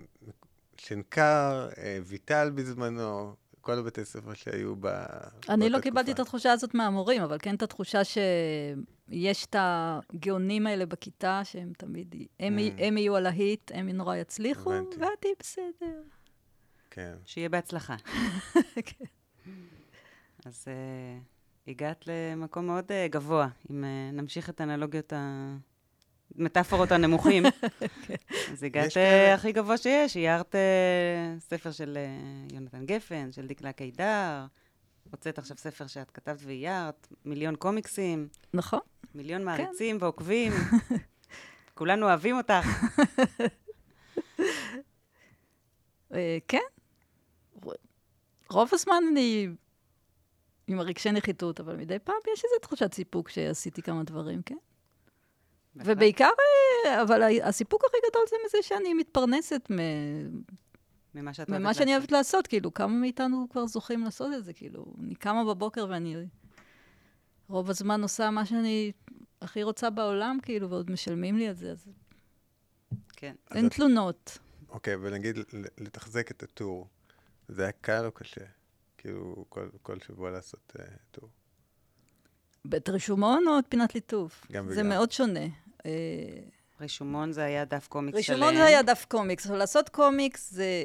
שנקר, uh, ויטל בזמנו, כל הבתי ספר שהיו ב... אני לא קיבלתי את התחושה הזאת מהמורים, אבל כן את התחושה שיש את הגאונים האלה בכיתה, שהם תמיד, הם יהיו על ההיט, הם נורא יצליחו, ואתי בסדר. כן. שיהיה בהצלחה. אז uh, הגעת למקום מאוד uh, גבוה, אם uh, נמשיך את האנלוגיות, המטאפורות הנמוכים. אז הגעת uh, הכי גבוה שיש, איירת uh, ספר של uh, יונתן גפן, של דקלה קידר, הוצאת עכשיו ספר שאת כתבת ואיירת, מיליון קומיקסים. נכון. מיליון מעריצים ועוקבים. כולנו אוהבים אותך. כן. רוב הזמן אני עם הרגשי נחיתות, אבל מדי פעם יש איזו תחושת סיפוק שעשיתי כמה דברים, כן? ובעיקר, אבל הסיפוק הכי גדול זה מזה שאני מתפרנסת ממה שאת אוהבת ממה שאני אוהבת לעשות, כאילו, כמה מאיתנו כבר זוכים לעשות את זה, כאילו, אני קמה בבוקר ואני רוב הזמן עושה מה שאני הכי רוצה בעולם, כאילו, ועוד משלמים לי על זה, אז כן. אין תלונות. אוקיי, ונגיד, לתחזק את הטור, זה היה קל או קשה? כאילו, כל, כל שבוע לעשות uh, טור. בית רשומון או את פינת ליטוף? גם וגם. זה מאוד שונה. רשומון זה היה דף קומיקס שלם. רשומון זה היה דף קומיקס, אבל לעשות קומיקס זה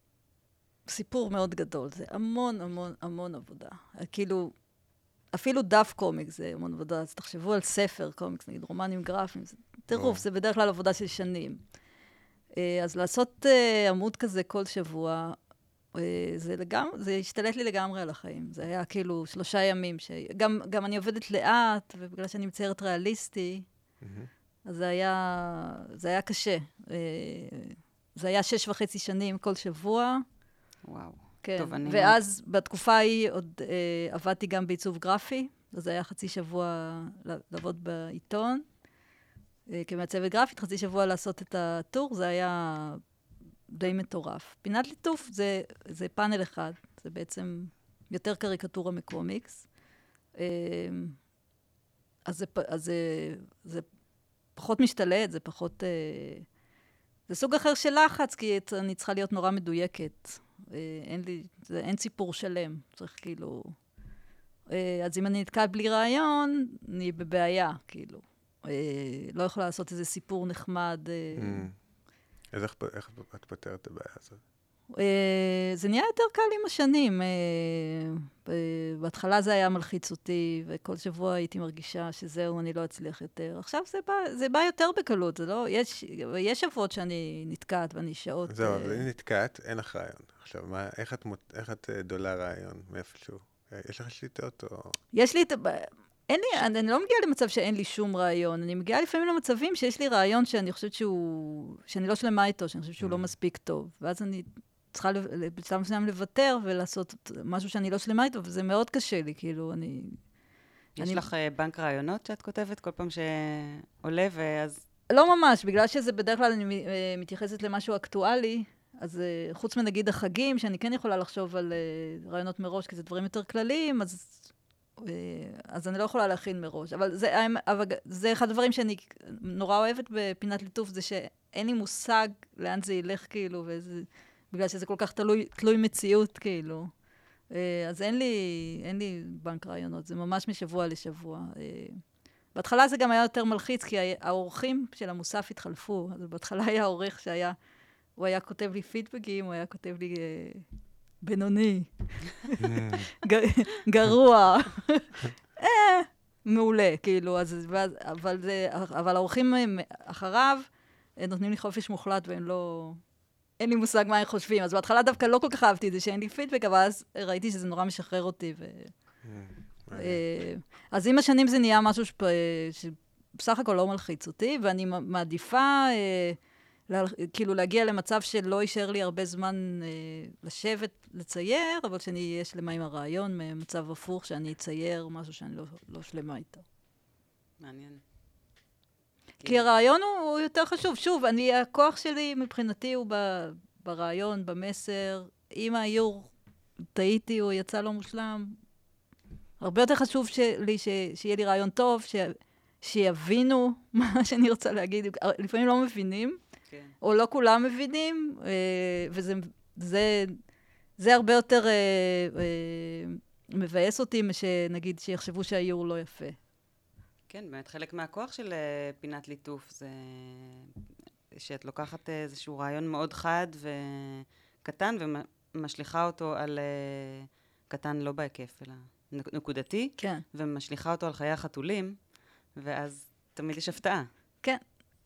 סיפור מאוד גדול. זה המון המון המון עבודה. כאילו, אפילו דף קומיקס זה המון עבודה. אז תחשבו על ספר קומיקס, נגיד רומנים גרפיים, זה טירוף, זה בדרך כלל עבודה של שנים. אז לעשות עמוד כזה כל שבוע, זה לגמרי, זה השתלט לי לגמרי על החיים. זה היה כאילו שלושה ימים, שגם, גם אני עובדת לאט, ובגלל שאני מציירת ריאליסטי, אז זה היה, זה היה קשה. זה היה שש וחצי שנים כל שבוע. וואו. כן. טוב, אני... ואז בתקופה ההיא עוד אה, עבדתי גם בעיצוב גרפי, אז זה היה חצי שבוע לעבוד בעיתון, אה, כמעצבת גרפית, חצי שבוע לעשות את הטור, זה היה די מטורף. פינת ליטוף זה, זה פאנל אחד, זה בעצם יותר קריקטורה מקומיקס. אה, אז, זה, אז זה, זה פחות משתלט, זה פחות... אה, זה סוג אחר של לחץ, כי אני צריכה להיות נורא מדויקת. אין לי, זה, אין סיפור שלם. צריך כאילו... אז אם אני נתקעת בלי רעיון, אני בבעיה, כאילו. לא יכולה לעשות איזה סיפור נחמד. אז איך, איך את פתרת את הבעיה הזאת? זה נהיה יותר קל עם השנים. בהתחלה זה היה מלחיץ אותי, וכל שבוע הייתי מרגישה שזהו, אני לא אצליח יותר. עכשיו זה בא, זה בא יותר בקלות, זה לא... יש, יש שבועות שאני נתקעת ואני שעות... זהו, אבל אם נתקעת, אין לך רעיון. עכשיו, מה, איך את, איך את דולה רעיון מאיפשהו? יש לך שליטות או... יש לי את... אין לי, אני, אני לא מגיעה למצב שאין לי שום רעיון. אני מגיעה לפעמים למצבים שיש לי רעיון שאני חושבת שהוא... שאני לא שלמה איתו, שאני חושבת שהוא לא מספיק טוב. ואז אני צריכה בשלב מסוים לוותר ולעשות משהו שאני לא שלמה איתו, וזה מאוד קשה לי, כאילו, אני... יש לך בנק רעיונות שאת כותבת כל פעם שעולה, ואז... לא ממש, בגלל שזה בדרך כלל אני מתייחסת למשהו אקטואלי, אז חוץ מנגיד החגים, שאני כן יכולה לחשוב על רעיונות מראש, כי זה דברים יותר כלליים, אז... אז אני לא יכולה להכין מראש. אבל זה, אבל זה אחד הדברים שאני נורא אוהבת בפינת ליטוף, זה שאין לי מושג לאן זה ילך, כאילו, וזה, בגלל שזה כל כך תלוי, תלוי מציאות, כאילו. אז אין לי, אין לי בנק רעיונות, זה ממש משבוע לשבוע. בהתחלה זה גם היה יותר מלחיץ, כי האורחים של המוסף התחלפו. אז בהתחלה היה עורך שהיה, הוא היה כותב לי פידבקים, הוא היה כותב לי... בינוני, גרוע, מעולה, כאילו, אבל האורחים אחריו נותנים לי חופש מוחלט והם לא, אין לי מושג מה הם חושבים, אז בהתחלה דווקא לא כל כך אהבתי את זה שאין לי פידבק, אבל אז ראיתי שזה נורא משחרר אותי. אז עם השנים זה נהיה משהו שבסך הכל לא מלחיץ אותי, ואני מעדיפה... כאילו להגיע למצב שלא יישאר לי הרבה זמן אה, לשבת, לצייר, אבל שאני אהיה שלמה עם הרעיון, ממצב הפוך שאני אצייר משהו שאני לא, לא שלמה איתו. מעניין. כי הרעיון הוא, הוא יותר חשוב. שוב, אני, הכוח שלי מבחינתי הוא ב, ברעיון, במסר. אם האיור טעיתי או יצא לא מושלם, הרבה יותר חשוב שלי, ש, שיהיה לי רעיון טוב, ש, שיבינו מה שאני רוצה להגיד. לפעמים לא מבינים. כן. או לא כולם מבינים, וזה זה, זה הרבה יותר מבאס אותי, שנגיד שיחשבו שהאיור לא יפה. כן, באמת חלק מהכוח של פינת ליטוף, זה שאת לוקחת איזשהו רעיון מאוד חד וקטן, ומשליחה אותו על קטן לא בהיקף, אלא נקודתי, כן. ומשליכה אותו על חיי החתולים, ואז תמיד יש הפתעה. כן.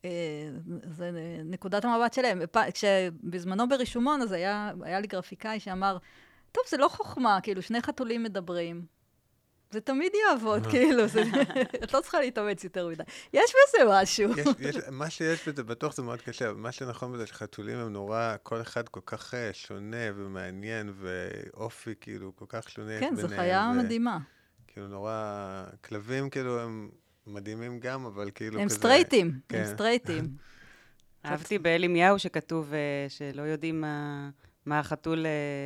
זה נקודת המבט שלהם. כשבזמנו ברישומון, אז היה, היה לי גרפיקאי שאמר, טוב, זה לא חוכמה, כאילו, שני חתולים מדברים. זה תמיד יעבוד, כאילו, את לא צריכה להתאמץ יותר מדי. יש בזה משהו. מה שיש בזה, בטוח זה מאוד קשה. מה שנכון בזה, שחתולים הם נורא, כל אחד כל כך שונה ומעניין, ואופי, כאילו, כל כך שונה. כן, זו חיה מדהימה. כאילו, נורא, כלבים, כאילו, הם מדהימים גם, אבל כאילו כזה... הם סטרייטים, הם סטרייטים. אהבתי באלי מיהו שכתוב שלא יודעים מה החתול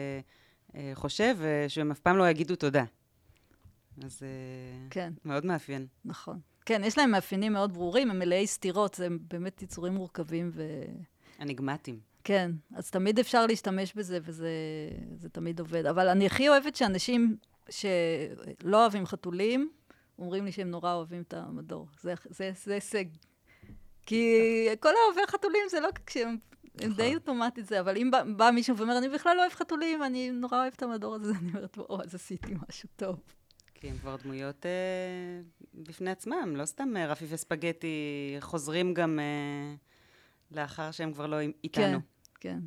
חושב, ושהם אף פעם לא יגידו תודה. אז כן. מאוד מאפיין. נכון. כן, יש להם מאפיינים מאוד ברורים, הם מלאי סתירות, זה באמת יצורים מורכבים ו... אניגמטיים. כן, אז תמיד אפשר להשתמש בזה, וזה זה תמיד עובד. אבל אני הכי אוהבת שאנשים שלא אוהבים חתולים, אומרים לי שהם נורא אוהבים את המדור. זה, זה, זה הישג. כי כל האוהבי חתולים זה לא כשהם... הם די אוטומטית זה, אבל אם בא, בא מישהו ואומר, אני בכלל לא אוהב חתולים, אני נורא אוהב את המדור הזה, אני אומרת, או, אז עשיתי משהו טוב. כי הם כבר דמויות אה, בפני עצמם, לא סתם אה, רפי וספגטי חוזרים גם אה, לאחר שהם כבר לא איתנו. כן, כן.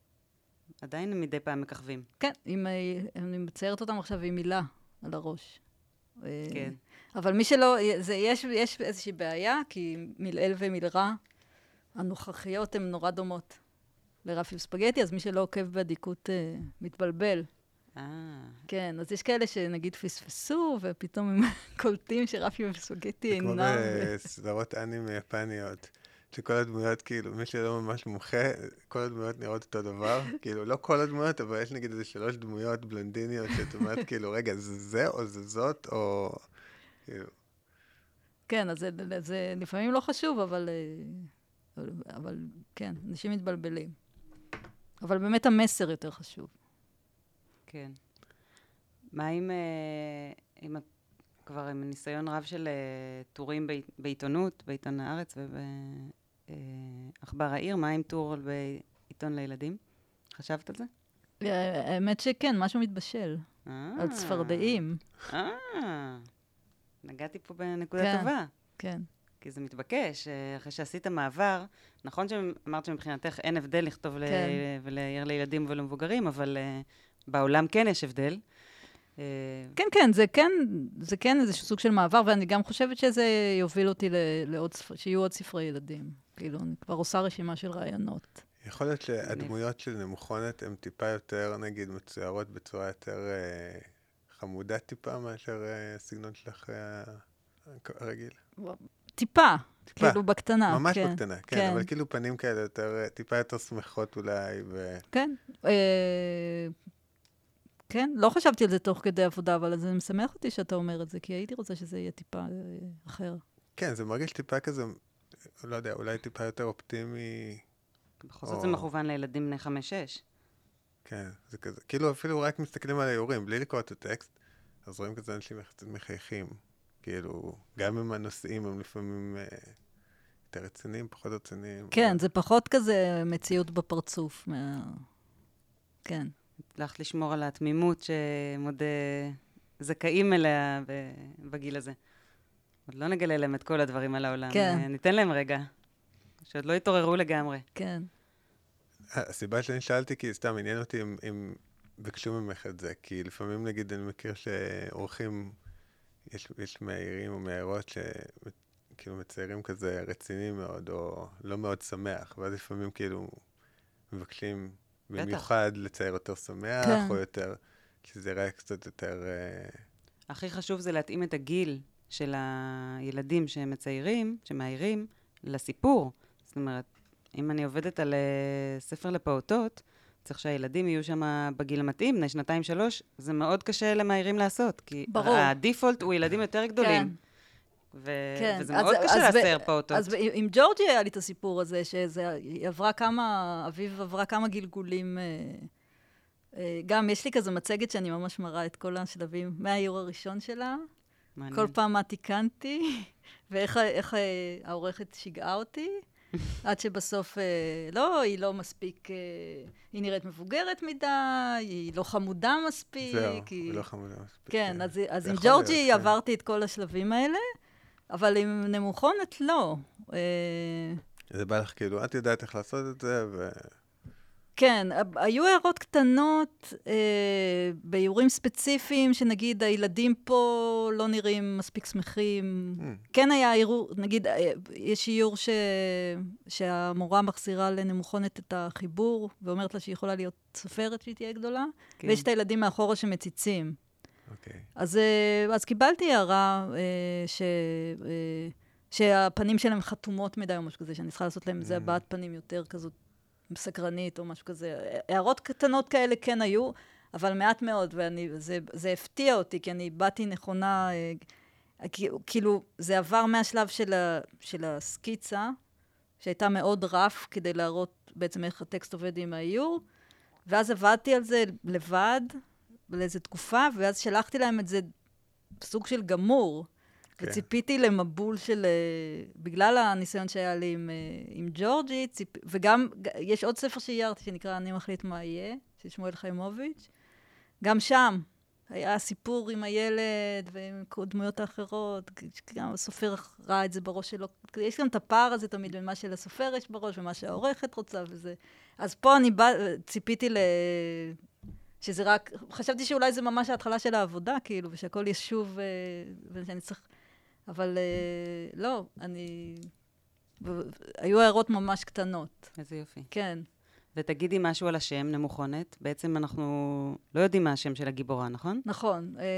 עדיין מדי פעם מככבים. כן, אם, אני מציירת אותם עכשיו עם מילה על הראש. כן. אבל מי שלא, זה, יש, יש איזושהי בעיה, כי מילאל ומילרע, הנוכחיות הן נורא דומות לרפי וספגטי, אז מי שלא עוקב בעדיקות אה, מתבלבל. אה. כן, אז יש כאלה שנגיד פספסו, ופתאום הם קולטים שרפי וספגטי אינם. כמו בסדרות אנימה יפניות, שכל הדמויות, כאילו, מי שלא ממש מומחה, כל הדמויות נראות אותו דבר. כאילו, לא כל הדמויות, אבל יש נגיד איזה שלוש דמויות בלונדיניות, שאת אומרת, כאילו, רגע, זה זה או זה זאת, או... כאילו... כן, אז זה, זה לפעמים לא חשוב, אבל... אבל, אבל כן, אנשים מתבלבלים. אבל באמת המסר יותר חשוב. כן. מה עם, עם כבר עם ניסיון רב של טורים בעיתונות, בעיתון הארץ ובאחבר העיר, מה עם טור בעיתון לילדים? חשבת על זה? האמת שכן, משהו מתבשל. על צפרדעים. אה, נגעתי פה בנקודה טובה. כן. כי זה מתבקש, אחרי שעשית מעבר, נכון שאמרת שמבחינתך אין הבדל לכתוב ולהעיר לילדים ולמבוגרים, אבל בעולם כן יש הבדל. כן, כן, זה כן, זה כן איזשהו סוג של מעבר, ואני גם חושבת שזה יוביל אותי לעוד, שיהיו עוד ספרי ילדים. כאילו, אני כבר עושה רשימה של רעיונות. יכול להיות שהדמויות של נמוכונת הן טיפה יותר, נגיד, מצוירות בצורה יותר חמודה טיפה, מאשר סגנון שלך הרגיל. טיפה, כאילו בקטנה. ממש בקטנה, כן, אבל כאילו פנים כאלה יותר, טיפה יותר שמחות אולי. כן, כן, לא חשבתי על זה תוך כדי עבודה, אבל זה משמח אותי שאתה אומר את זה, כי הייתי רוצה שזה יהיה טיפה אחר. כן, זה מרגיש טיפה כזה, לא יודע, אולי טיפה יותר אופטימי. בכל זאת זה מכוון לילדים בני חמש שש. כן, זה כזה, כאילו אפילו רק מסתכלים על האיורים, בלי לקרוא את הטקסט, אז רואים כזה אנשים קצת מחייכים. כאילו, גם אם הנושאים הם לפעמים אה, יותר רציניים, פחות רציניים. כן, אבל... זה פחות כזה מציאות בפרצוף. מה... כן. הצלחת לשמור על התמימות שמוד אה, זכאים אליה בגיל הזה. עוד לא נגלה להם את כל הדברים על העולם. כן. אה, ניתן להם רגע, שעוד לא יתעוררו לגמרי. כן. הסיבה שאני שאלתי, כי סתם עניין אותי אם, אם ביקשו ממך את זה, כי לפעמים נגיד אני מכיר שאורחים... יש, יש מהעירים או מהעירות שכאילו מציירים כזה רציני מאוד, או לא מאוד שמח, ואז לפעמים כאילו מבקשים במיוחד לצייר יותר שמח, כן. או יותר, שזה יראה קצת יותר... הכי חשוב זה להתאים את הגיל של הילדים שמציירים, שמעירים, לסיפור. זאת אומרת, אם אני עובדת על ספר לפעוטות, צריך שהילדים יהיו שם בגיל המתאים, בני שנתיים שלוש, זה מאוד קשה למהירים לעשות, כי ברור. הדיפולט הוא ילדים יותר גדולים. כן. ו... כן. וזה מאוד אז, קשה לצייר פעוטות. אז עם ג'ורג'י היה לי את הסיפור הזה, שהיא עברה כמה, אביב עברה כמה גלגולים, אה, אה, גם יש לי כזה מצגת שאני ממש מראה את כל השלבים, מהאיור הראשון שלה, מעניין. כל פעם מה תיקנתי, ואיך איך, העורכת שיגעה אותי, עד שבסוף, אה, לא, היא לא מספיק, אה, היא נראית מבוגרת מדי, היא לא חמודה מספיק. זהו, היא היא לא חמודה מספיק. כן, אז, אז עם יכול ג'ורג'י להיות, כן. עברתי את כל השלבים האלה, אבל עם נמוכונת לא. אה, זה בא לך כאילו, את יודעת איך לעשות את זה, ו... כן, היו הערות קטנות אה, באיורים ספציפיים, שנגיד הילדים פה לא נראים מספיק שמחים. Mm. כן היה אירור, נגיד, אה, יש איור ש... שהמורה מחזירה לנמוכונת את החיבור, ואומרת לה שהיא יכולה להיות סופרת שהיא תהיה גדולה, כן. ויש את הילדים מאחורה שמציצים. אוקיי. אז, אה, אז קיבלתי הערה אה, ש... אה, שהפנים שלהם חתומות מדי או משהו כזה, שאני צריכה לעשות להם, Mm. זה הבעת פנים יותר כזאת, סקרנית או משהו כזה. הערות קטנות כאלה כן היו, אבל מעט מאוד, וזה זה הפתיע אותי, כי אני באתי נכונה, כאילו, זה עבר מהשלב של, ה, של הסקיצה, שהייתה מאוד רף, כדי להראות בעצם איך הטקסט עובד עם האיור, ואז עבדתי על זה לבד, לאיזו תקופה, ואז שלחתי להם את זה סוג של גמור, כן. וציפיתי למבול של, בגלל הניסיון שהיה לי עם, עם ג'ורג'י, ציפ... וגם, יש עוד ספר שאיירתי שנקרא אני מחליט מה יהיה, של שמואל חיימוביץ'. גם שם היה סיפור עם הילד ועם דמויות האחרות, גם הסופר ראה את זה בראש שלו. יש גם את הפער הזה תמיד בין מה שלסופר יש בראש ומה שהעורכת רוצה וזה. אז פה אני בא, ציפיתי ל... שזה רק, חשבתי שאולי זה ממש ההתחלה של העבודה, כאילו, ושהכל ישוב, ושאני צריך... אבל uh, לא, אני... היו הערות ממש קטנות. איזה יופי. כן. ותגידי משהו על השם, נמוכונת. בעצם אנחנו לא יודעים מה השם של הגיבורה, נכון? נכון. Uh,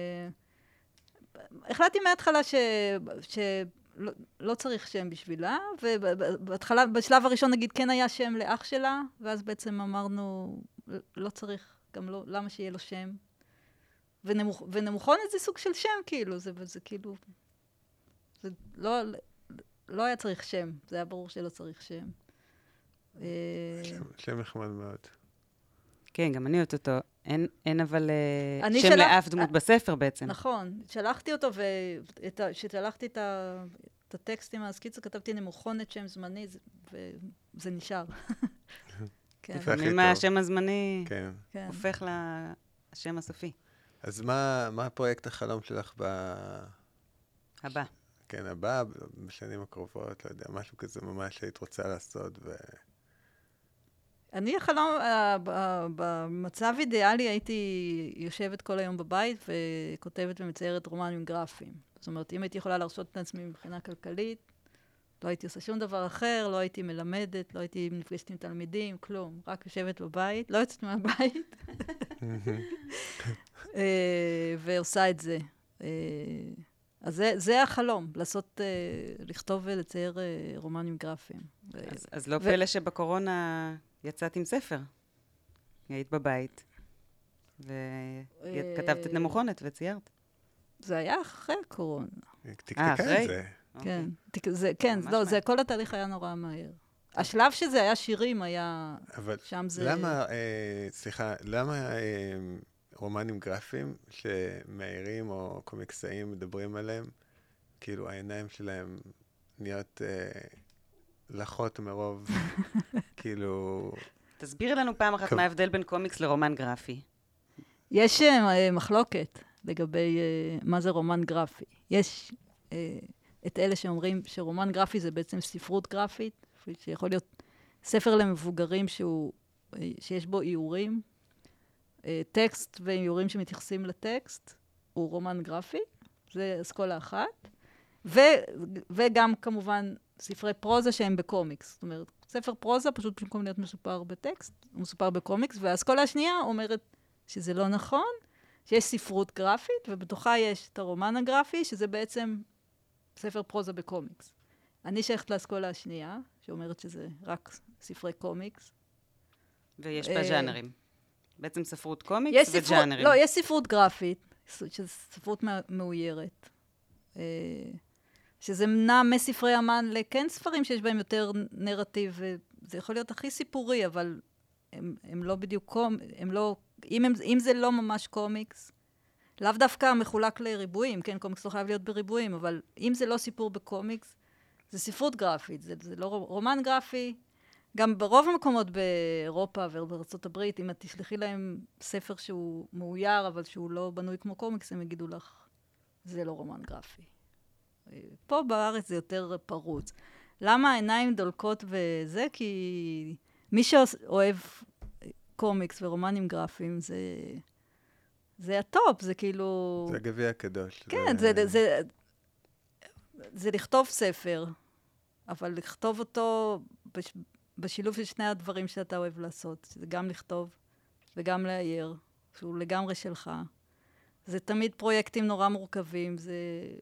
החלטתי מההתחלה ש... שלא לא צריך שם בשבילה, ובהתחלה, בשלב הראשון נגיד כן היה שם לאח שלה, ואז בעצם אמרנו, לא צריך, גם לא, למה שיהיה לו שם? ונמוכ... ונמוכונת זה סוג של שם, כאילו, זה, זה כאילו... זה לא, לא היה צריך שם, זה היה ברור שלא צריך שם. שם, שם נחמד מאוד. כן, גם אני אוהבת אותו. אין, אין אבל שם שלח... לאף דמות בספר בעצם. נכון, שלחתי אותו, וכששלחתי את, ה... את הטקסטים הסקיצה, כתבתי נמוכונת שם זמני, וזה נשאר. כן. לפעמים השם הזמני כן. כן. הופך לשם הסופי. אז מה, מה הפרויקט החלום שלך ב... הבא. כן, הבא, בשנים הקרובות, לא יודע, משהו כזה ממש שהיית רוצה לעשות ו... אני החלום, במצב אידיאלי הייתי יושבת כל היום בבית וכותבת ומציירת רומנים גרפיים. זאת אומרת, אם הייתי יכולה להרשות את עצמי מבחינה כלכלית, לא הייתי עושה שום דבר אחר, לא הייתי מלמדת, לא הייתי נפגשת עם תלמידים, כלום. רק יושבת בבית, לא יוצאת מהבית. ועושה את זה. אז זה, זה החלום, לעשות, לכתוב ולצייר רומנים גרפיים. אז, אז לא פלא שבקורונה יצאת עם ספר. היית בבית, וכתבת את נמוכונת וציירת. זה היה אחרי הקורונה. תקתקה את זה. כן, זה, כן, לא, זה, כל התהליך היה נורא מהר. השלב שזה היה שירים היה, שם זה... למה, סליחה, למה רומנים גרפיים שמאיירים או קומיקסאים מדברים עליהם, כאילו העיניים שלהם נהיות לחות מרוב, כאילו... תסבירי לנו פעם אחת מה ההבדל בין קומיקס לרומן גרפי. יש מחלוקת לגבי מה זה רומן גרפי. יש את אלה שאומרים שרומן גרפי זה בעצם ספרות גרפית, שיכול להיות ספר למבוגרים שהוא, שיש בו איורים, טקסט ואיורים שמתייחסים לטקסט, הוא רומן גרפי, זה אסכולה אחת, ו, וגם כמובן ספרי פרוזה שהם בקומיקס. זאת אומרת, ספר פרוזה פשוט במקום להיות מסופר בטקסט, הוא מסופר בקומיקס, והאסכולה השנייה אומרת שזה לא נכון, שיש ספרות גרפית, ובתוכה יש את הרומן הגרפי, שזה בעצם ספר פרוזה בקומיקס. אני שייכת לאסכולה השנייה, שאומרת שזה רק ספרי קומיקס. ויש בה ז'אנרים. בעצם ספרות קומיקס וג'אנרים. לא, יש ספרות גרפית, שזו ספרות מאוירת. שזה נע מספרי אמן לכן ספרים שיש בהם יותר נרטיב, וזה יכול להיות הכי סיפורי, אבל הם, הם לא בדיוק קומ... הם לא... אם, הם, אם זה לא ממש קומיקס, לאו דווקא מחולק לריבועים, כן, קומיקס לא חייב להיות בריבועים, אבל אם זה לא סיפור בקומיקס, זה ספרות גרפית, זה, זה לא רומן גרפי. גם ברוב המקומות באירופה ובארצות הברית, אם את תשלחי להם ספר שהוא מאויר, אבל שהוא לא בנוי כמו קומיקס, הם יגידו לך, זה לא רומן גרפי. פה בארץ זה יותר פרוץ. למה העיניים דולקות וזה? כי מי שאוהב קומיקס ורומנים גרפיים, זה, זה הטופ, זה כאילו... זה הגביע הקדוש. כן, זה, זה, זה, זה לכתוב ספר, אבל לכתוב אותו בש, בשילוב של שני הדברים שאתה אוהב לעשות. זה גם לכתוב וגם לאייר, שהוא לגמרי שלך. זה תמיד פרויקטים נורא מורכבים, זה...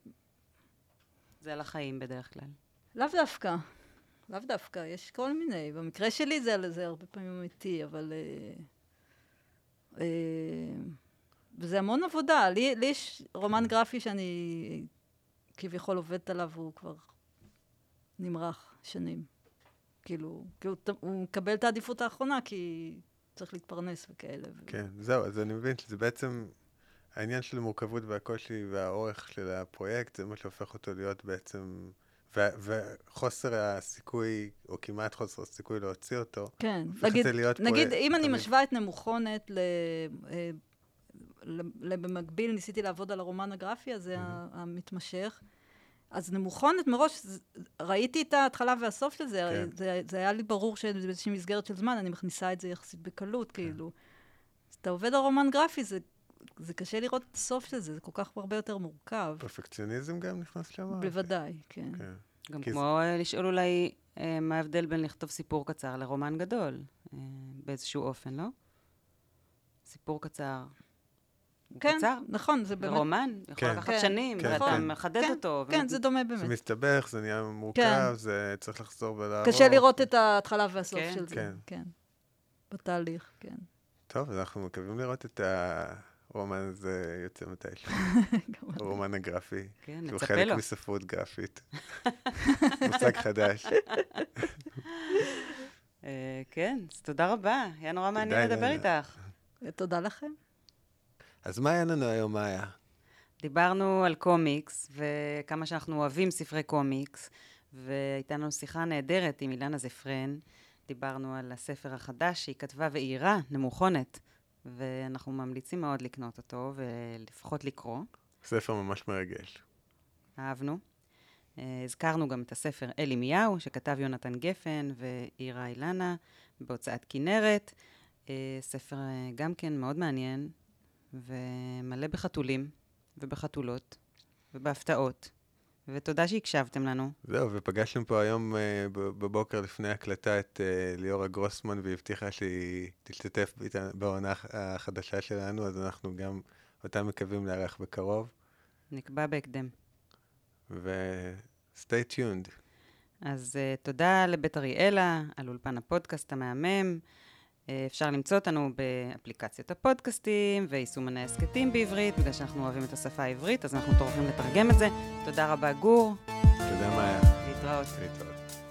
זה על החיים בדרך כלל. לאו דווקא. לאו דווקא, יש כל מיני. במקרה שלי זה, זה הרבה פעמים אמיתי, אבל... אה, אה, וזה המון עבודה. לי, לי יש רומן גרפי שאני כביכול עובדת עליו, והוא כבר נמרח שנים. כאילו, כאילו הוא מקבל את העדיפות האחרונה, כי צריך להתפרנס וכאלה. כן, זהו, אז אני מבין שזה בעצם... העניין של המורכבות והקושי והאורך של הפרויקט, זה מה שהופך אותו להיות בעצם, ו- וחוסר הסיכוי, או כמעט חוסר הסיכוי להוציא אותו, כן, הופך נגיד, את זה להיות נגיד פרויקט. אם אני תמיד. משווה את נמוכונת, ל- ל- ל- במקביל ניסיתי לעבוד על הרומן הגרפי הזה, mm-hmm. המתמשך, אז נמוכנת מראש, ראיתי את ההתחלה והסוף של זה, כן. זה, זה היה לי ברור שבאיזושהי מסגרת של זמן, אני מכניסה את זה יחסית בקלות, כן. כאילו. אז אתה עובד על רומן גרפי, זה... זה קשה לראות את הסוף של זה, זה כל כך הרבה יותר מורכב. פרפקציוניזם גם נכנס שם? בוודאי, כן. כן. גם כי כמו זה... לשאול אולי אה, מה ההבדל בין לכתוב סיפור קצר לרומן גדול, אה, באיזשהו אופן, לא? סיפור קצר. כן, קצר. נכון, זה באמת... רומן, יכול כן. לקחת כן. שנים, כן, ואתה כן. מחדד כן, אותו. כן, זה דומה באמת. זה מסתבך, זה נהיה מורכב, כן. זה צריך לחזור ולערוך. קשה לראות את ההתחלה והסוף כן. של זה. כן. כן. בתהליך, כן. טוב, אז אנחנו מקווים לראות את הרומן הזה יוצא מתישהו. הרומן הגרפי. כן, שהוא נצפה חלק לו. מספרות גרפית. מושג חדש. אה, כן, אז תודה רבה. היה נורא מעניין תודה, לדבר אילנה. איתך. תודה לכם. אז מה היה לנו היום, מה היה? דיברנו על קומיקס, וכמה שאנחנו אוהבים ספרי קומיקס, והייתה לנו שיחה נהדרת עם אילנה זפרן. דיברנו על הספר החדש שהיא כתבה ואירה, נמוכונת, ואנחנו ממליצים מאוד לקנות אותו, ולפחות לקרוא. ספר ממש מרגש. אהבנו. הזכרנו גם את הספר אלי מיהו, שכתב יונתן גפן ואירה אילנה, בהוצאת כנרת. ספר גם כן מאוד מעניין, ומלא בחתולים, ובחתולות, ובהפתעות. ותודה שהקשבתם לנו. זהו, ופגשנו פה היום uh, בבוקר לפני הקלטה את uh, ליאורה גרוסמן, והבטיחה שהיא תשתתף בעונה החדשה שלנו, אז אנחנו גם אותה מקווים לארח בקרוב. נקבע בהקדם. ו-stay tuned. אז uh, תודה לבית אריאלה, על אולפן הפודקאסט המהמם. Uh, אפשר למצוא אותנו באפליקציות הפודקאסטים ויישומני הסקטים בעברית, בגלל שאנחנו אוהבים את השפה העברית, אז אנחנו טורחים לתרגם את זה. תודה רבה, גור. תודה, מאיה. להתראות. להתראות.